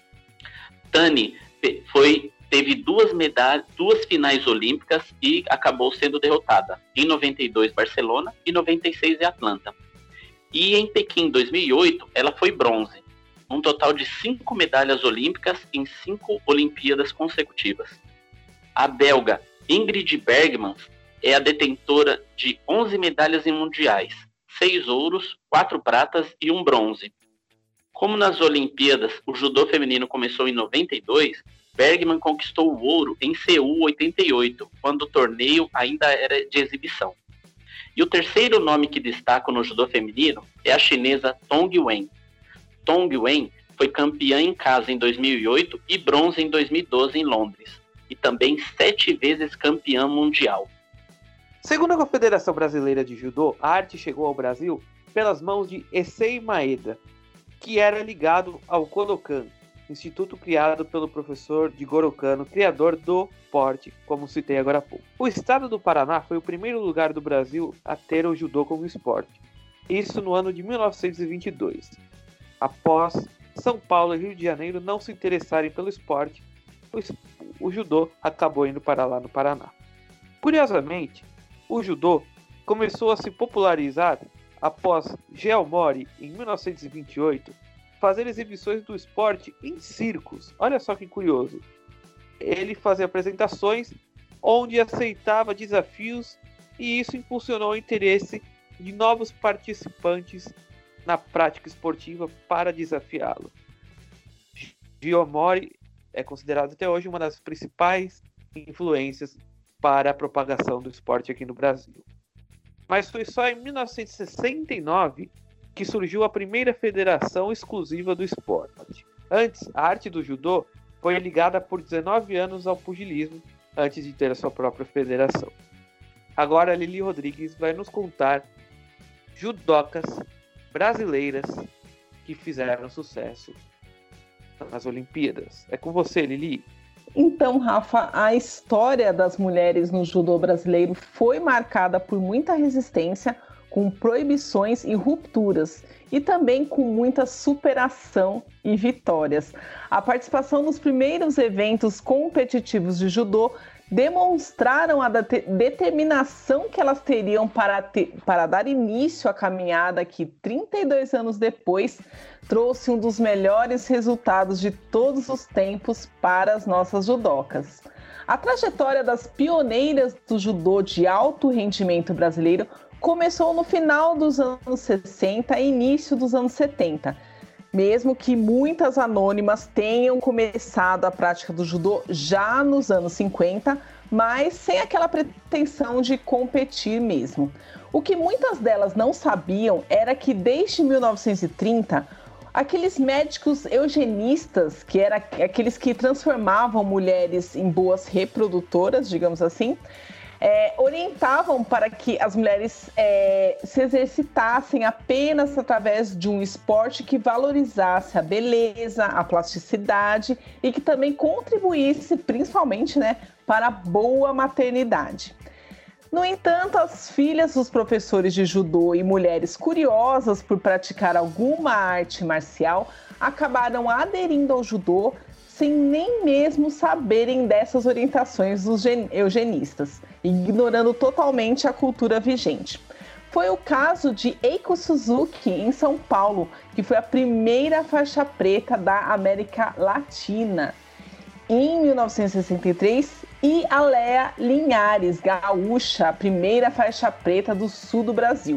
Tani foi, teve duas medalhas, duas finais olímpicas e acabou sendo derrotada. Em noventa e dois, Barcelona, e noventa e seis, em Atlanta. E em Pequim, dois mil e oito, ela foi bronze. Um total de cinco medalhas olímpicas em cinco Olimpíadas consecutivas. A belga Ingrid Bergman é a detentora de onze medalhas em mundiais, seis ouros, quatro pratas e um bronze. Como nas Olimpíadas o judô feminino começou em noventa e dois, Bergman conquistou o ouro em Seul oitenta e oito, quando o torneio ainda era de exibição. E o terceiro nome que destaco no judô feminino é a chinesa Tong Wen. Tong Wen foi campeã em casa em dois mil e oito e bronze em dois mil e doze em Londres, e também sete vezes campeã mundial. Segundo a Confederação Brasileira de Judô, a arte chegou ao Brasil pelas mãos de Issei Maeda, que era ligado ao Kodokan, instituto criado pelo professor Jigoro Kano, criador do esporte, como citei agora há pouco. O estado do Paraná foi o primeiro lugar do Brasil a ter o judô como esporte, isso no ano de mil novecentos e vinte e dois. Após São Paulo e Rio de Janeiro não se interessarem pelo esporte, o judô acabou indo para lá no Paraná. Curiosamente, o judô começou a se popularizar após Geo Mori, em mil novecentos e vinte e oito, fazer exibições do esporte em circos. Olha só que curioso. Ele fazia apresentações onde aceitava desafios e isso impulsionou o interesse de novos participantes na prática esportiva para desafiá-lo. Geo Mori é considerado até hoje uma das principais influências para a propagação do esporte aqui no Brasil. Mas foi só em mil novecentos e sessenta e nove que surgiu a primeira federação exclusiva do esporte. Antes, a arte do judô foi ligada por dezenove anos ao pugilismo, antes de ter a sua própria federação. Agora a Lili Rodrigues vai nos contar judocas brasileiras que fizeram sucesso nas Olimpíadas. É com você, Lili. Então, Rafa, a história das mulheres no judô brasileiro foi marcada por muita resistência, com proibições e rupturas, e também com muita superação e vitórias. A participação nos primeiros eventos competitivos de judô demonstraram a de- determinação que elas teriam para, ter, para dar início à caminhada que, trinta e dois anos depois, trouxe um dos melhores resultados de todos os tempos para as nossas judocas. A trajetória das pioneiras do judô de alto rendimento brasileiro começou no final dos anos sessenta e início dos anos setenta, mesmo que muitas anônimas tenham começado a prática do judô já nos anos cinquenta, mas sem aquela pretensão de competir mesmo. O que muitas delas não sabiam era que desde mil novecentos e trinta, aqueles médicos eugenistas, que eram aqueles que transformavam mulheres em boas reprodutoras, digamos assim, É, orientavam para que as mulheres é, se exercitassem apenas através de um esporte que valorizasse a beleza, a plasticidade e que também contribuísse, principalmente, né, para a boa maternidade. No entanto, as filhas dos professores de judô e mulheres curiosas por praticar alguma arte marcial acabaram aderindo ao judô sem nem mesmo saberem dessas orientações dos eugenistas, ignorando totalmente a cultura vigente. Foi o caso de Eiko Suzuki, em São Paulo, que foi a primeira faixa preta da América Latina, em mil novecentos e sessenta e três, e a Léa Linhares, gaúcha, a primeira faixa preta do sul do Brasil,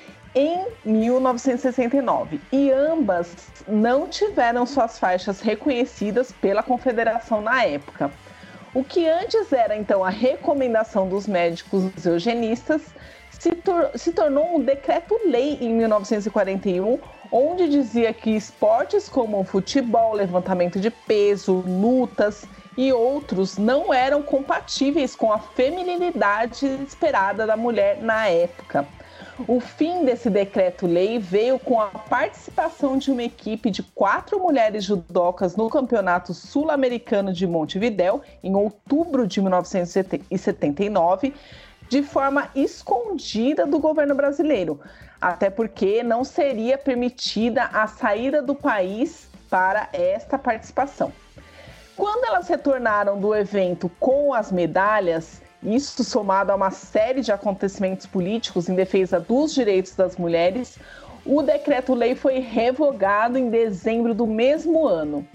em mil novecentos e sessenta e nove, e ambas não tiveram suas faixas reconhecidas pela Confederação na época. O que antes era, então, a recomendação dos médicos eugenistas, se, tor- se tornou um decreto-lei em mil novecentos e quarenta e um, onde dizia que esportes como futebol, levantamento de peso, lutas e outros não eram compatíveis com a feminilidade esperada da mulher na época. O fim desse decreto-lei veio com a participação de uma equipe de quatro mulheres judocas no Campeonato Sul-Americano de Montevidéu, em outubro de mil novecentos e setenta e nove, de forma escondida do governo brasileiro, até porque não seria permitida a saída do país para esta participação. Quando elas retornaram do evento com as medalhas, isso somado a uma série de acontecimentos políticos em defesa dos direitos das mulheres, o decreto-lei foi revogado em dezembro do mesmo ano.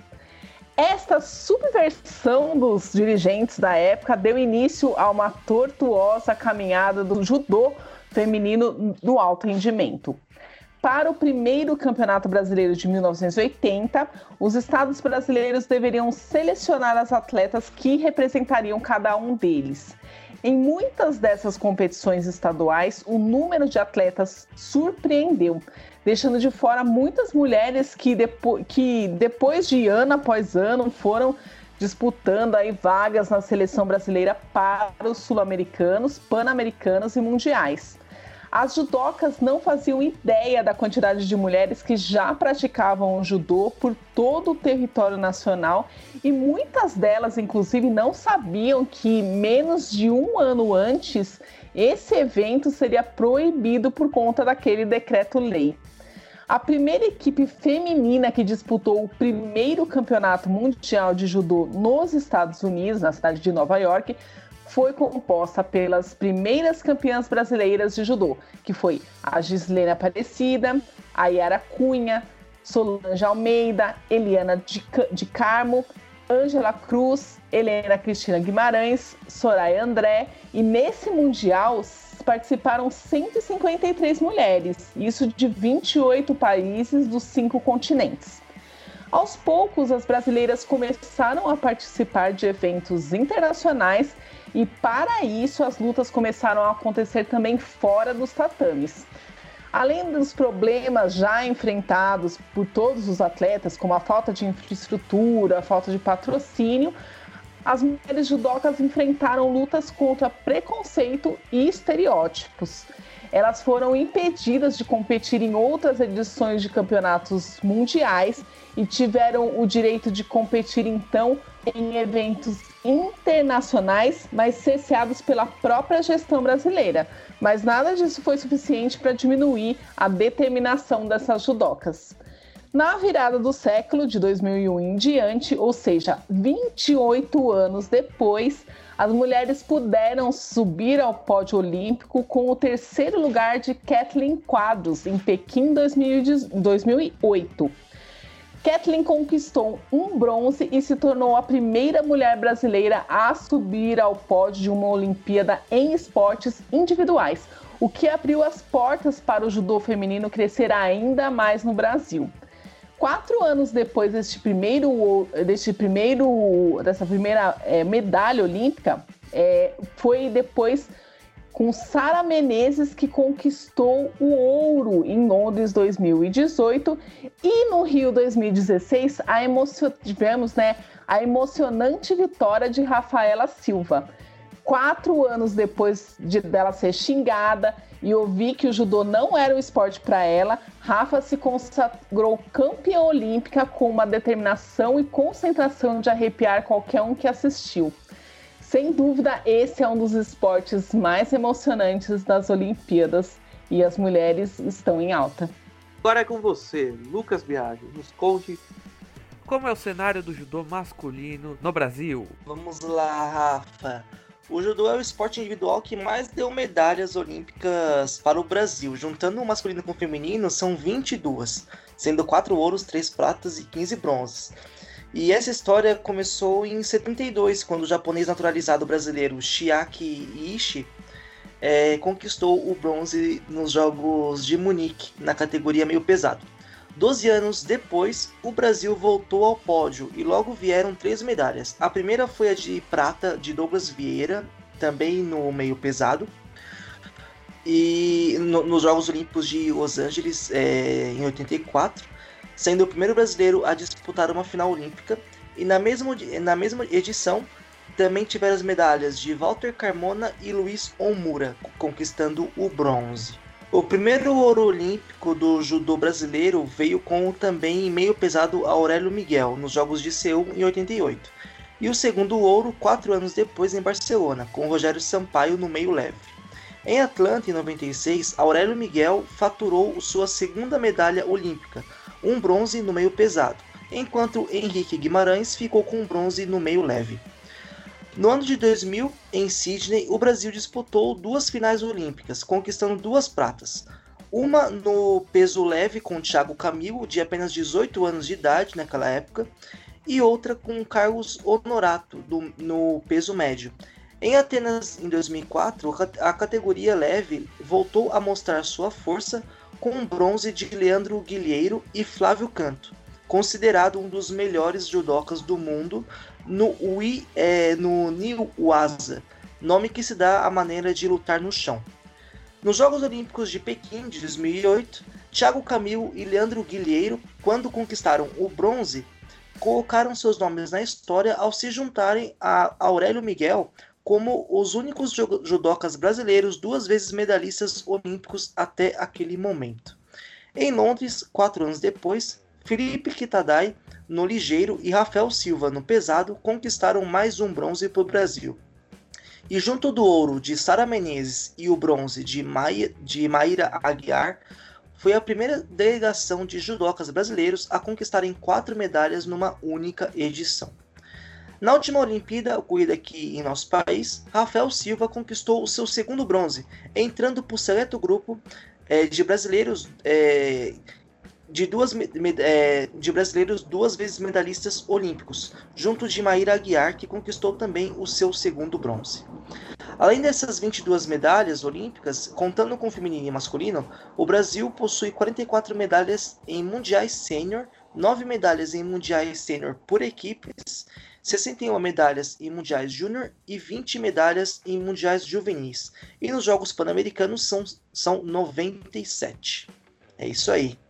Esta subversão dos dirigentes da época deu início a uma tortuosa caminhada do judô feminino no alto rendimento. Para o primeiro Campeonato Brasileiro de mil novecentos e oitenta, os estados brasileiros deveriam selecionar as atletas que representariam cada um deles. Em muitas dessas competições estaduais, o número de atletas surpreendeu, deixando de fora muitas mulheres que, depo- que depois de ano após ano foram disputando aí vagas na seleção brasileira para os sul-americanos, pan-americanos e mundiais. As judocas não faziam ideia da quantidade de mulheres que já praticavam o judô por todo o território nacional e muitas delas, inclusive, não sabiam que menos de um ano antes esse evento seria proibido por conta daquele decreto-lei. A primeira equipe feminina que disputou o primeiro campeonato mundial de judô nos Estados Unidos, na cidade de Nova York, foi composta pelas primeiras campeãs brasileiras de judô, que foi a Gislene Aparecida, a Yara Cunha, Solange Almeida, Eliana de, de Carmo, Ângela Cruz, Helena Cristina Guimarães, Soraya André, e nesse Mundial participaram cento e cinquenta e três mulheres, isso de vinte e oito países dos cinco continentes. Aos poucos, as brasileiras começaram a participar de eventos internacionais e, para isso, as lutas começaram a acontecer também fora dos tatames. Além dos problemas já enfrentados por todos os atletas, como a falta de infraestrutura, a falta de patrocínio, as mulheres judocas enfrentaram lutas contra preconceito e estereótipos. Elas foram impedidas de competir em outras edições de campeonatos mundiais e tiveram o direito de competir, então, em eventos internacionais, mas cerceados pela própria gestão brasileira. Mas nada disso foi suficiente para diminuir a determinação dessas judocas. Na virada do século, de dois mil e um em diante, ou seja, vinte e oito anos depois, as mulheres puderam subir ao pódio olímpico com o terceiro lugar de Kathleen Quadros, em Pequim dois mil e oito. Kathleen conquistou um bronze e se tornou a primeira mulher brasileira a subir ao pódio de uma Olimpíada em esportes individuais, o que abriu as portas para o judô feminino crescer ainda mais no Brasil. Quatro anos depois deste primeiro, deste primeiro, dessa primeira é, medalha olímpica, é, foi depois com Sara Menezes que conquistou o ouro em Londres dois mil e dezoito e no Rio dois mil e dezesseis a emocio- tivemos né, a emocionante vitória de Rafaela Silva. Quatro anos depois de dela ser xingada e ouvir que o judô não era um esporte para ela, Rafa se consagrou campeã olímpica com uma determinação e concentração de arrepiar qualquer um que assistiu. Sem dúvida, esse é um dos esportes mais emocionantes das Olimpíadas e as mulheres estão em alta. Agora é com você, Lucas Biagi. Nos conte como é o cenário do judô masculino no Brasil. Vamos lá, Rafa. O judô é o esporte individual que mais deu medalhas olímpicas para o Brasil. Juntando o masculino com o feminino, são vinte e duas, sendo quatro ouros, três pratas e quinze bronzes. E essa história começou em setenta e dois, quando o japonês naturalizado brasileiro Chiaki Ishii é, conquistou o bronze nos Jogos de Munique, na categoria meio pesado. Doze anos depois, o Brasil voltou ao pódio e logo vieram três medalhas. A primeira foi a de prata de Douglas Vieira, também no meio pesado. E no, nos Jogos Olímpicos de Los Angeles, é, em oitenta e quatro, sendo o primeiro brasileiro a disputar uma final olímpica. E na mesma, na mesma edição, também tiveram as medalhas de Walter Carmona e Luiz Omura, conquistando o bronze. O primeiro ouro olímpico do judô brasileiro veio com o também meio pesado Aurélio Miguel, nos Jogos de Seul em oitenta e oito. E o segundo ouro, quatro anos depois, em Barcelona, com Rogério Sampaio no meio leve. Em Atlanta, em noventa e seis, Aurélio Miguel faturou sua segunda medalha olímpica, um bronze no meio pesado, enquanto Henrique Guimarães ficou com um bronze no meio leve. No ano de dois mil, em Sydney, o Brasil disputou duas finais olímpicas, conquistando duas pratas. Uma no peso leve com Thiago Camilo, de apenas dezoito anos de idade naquela época, e outra com Carlos Honorato, do, no peso médio. Em Atenas, em dois mil e quatro, a categoria leve voltou a mostrar sua força com um bronze de Leandro Guilheiro e Flávio Canto, considerado um dos melhores judocas do mundo no, Ui, é, no Niuasa, nome que se dá à maneira de lutar no chão. Nos Jogos Olímpicos de Pequim de dois mil e oito, Thiago Camilo e Leandro Guilheiro, quando conquistaram o bronze, colocaram seus nomes na história ao se juntarem a Aurélio Miguel como os únicos judocas brasileiros duas vezes medalhistas olímpicos até aquele momento. Em Londres, quatro anos depois, Felipe Kitadai no ligeiro e Rafael Silva no pesado conquistaram mais um bronze para o Brasil. E junto do ouro de Sara Menezes e o bronze de, Maia, de Maíra Aguiar, foi a primeira delegação de judocas brasileiros a conquistarem quatro medalhas numa única edição. Na última Olimpíada, ocorrida aqui em nosso país, Rafael Silva conquistou o seu segundo bronze, entrando para o seleto grupo é, de brasileiros é, de, duas, é, de brasileiros duas vezes medalhistas olímpicos, junto de Maíra Aguiar, que conquistou também o seu segundo bronze. Além dessas vinte e duas medalhas olímpicas, contando com feminino e masculino, o Brasil possui quarenta e quatro medalhas em mundiais sênior, nove medalhas em mundiais sênior por equipes, sessenta e uma medalhas em mundiais júnior e vinte medalhas em mundiais juvenis. E nos Jogos Pan-Americanos são, são noventa e sete. É isso aí.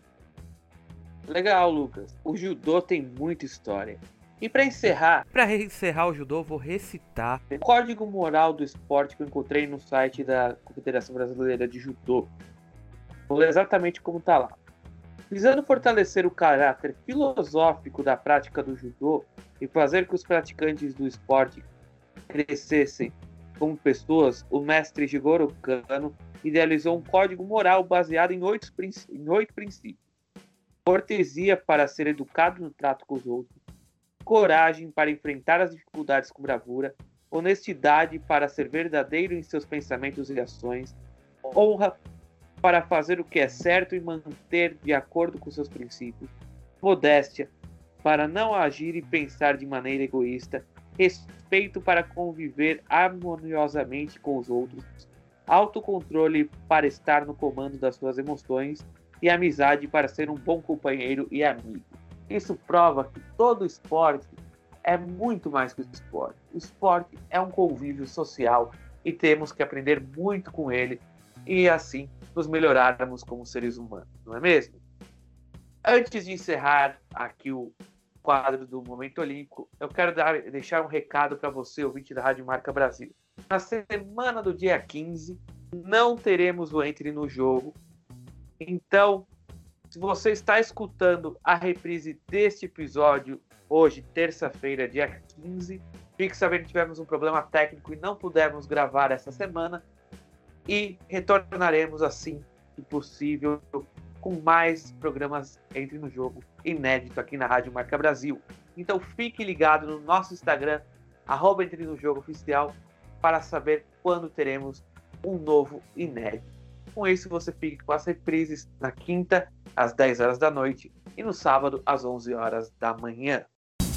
Legal, Lucas. O judô tem muita história. E para encerrar... Para encerrar o judô, vou recitar o código moral do esporte que eu encontrei no site da Confederação Brasileira de Judô. Vou ler exatamente como está lá. Visando fortalecer o caráter filosófico da prática do judô e fazer que os praticantes do esporte crescessem como pessoas, o mestre Jigoro Kano idealizou um código moral baseado em oito, em oito princípios. Cortesia para ser educado no trato com os outros, coragem para enfrentar as dificuldades com bravura, honestidade para ser verdadeiro em seus pensamentos e ações, honra para fazer o que é certo e manter de acordo com seus princípios, modéstia para não agir e pensar de maneira egoísta, respeito para conviver harmoniosamente com os outros, autocontrole para estar no comando das suas emoções e amizade para ser um bom companheiro e amigo. Isso prova que todo esporte é muito mais que o esporte. O esporte é um convívio social e temos que aprender muito com ele e assim nos melhorarmos como seres humanos, não é mesmo? Antes de encerrar aqui o quadro do Momento Olímpico, eu quero dar, deixar um recado para você, ouvinte da Rádio Marca Brasil. Na semana do dia quinze, não teremos o Entre no Jogo. Então, se você está escutando a reprise deste episódio, hoje, terça-feira, dia quinze, fique sabendo que tivemos um problema técnico e não pudemos gravar essa semana. E retornaremos assim que possível com mais programas Entre no Jogo inédito aqui na Rádio Marca Brasil. Então fique ligado no nosso Instagram, arroba Entre no Jogo Oficial, para saber quando teremos um novo inédito. Com isso você fique com as reprises na quinta, às dez horas da noite e no sábado, às onze horas da manhã.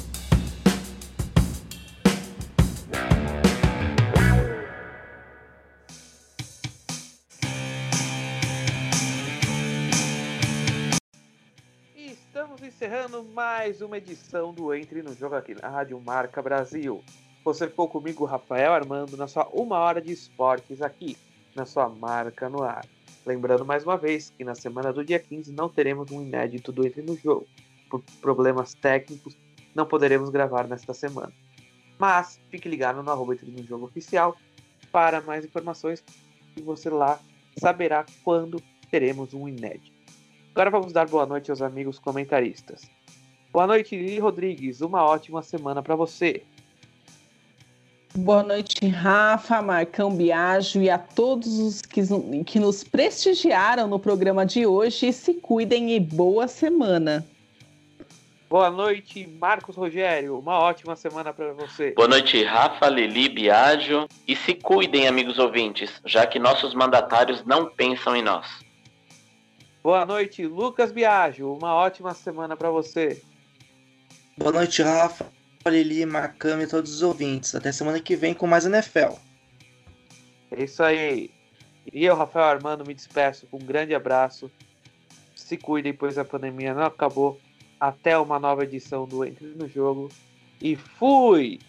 Estamos encerrando mais uma edição do Entre no Jogo aqui na Rádio Marca Brasil. Você ficou comigo, Rafael Armando, na sua uma hora de esportes aqui, na sua Marca no Ar. Lembrando mais uma vez que na semana do dia quinze não teremos um inédito do Entre no Jogo. Por problemas técnicos, não poderemos gravar nesta semana. Mas fique ligado no arroba Entre no Jogo Oficial para mais informações e você lá saberá quando teremos um inédito. Agora vamos dar boa noite aos amigos comentaristas. Boa noite, Lili Rodrigues. Uma ótima semana para você. Boa noite, Rafa, Marcão, Biagio e a todos os que, que nos prestigiaram no programa de hoje. Se cuidem e boa semana. Boa noite, Marcos Rogério. Uma ótima semana para você. Boa noite, Rafa, Lili, Biagio. E se cuidem, amigos ouvintes, já que nossos mandatários não pensam em nós. Boa noite, Lucas Biagio. Uma ótima semana para você. Boa noite, Rafa, Lili, Marcão e todos os ouvintes. Até semana que vem com mais N F L. É isso aí. E eu, Rafael Armando, me despeço com um grande abraço. Se cuidem, pois a pandemia não acabou. Até uma nova edição do Entre no Jogo. E fui!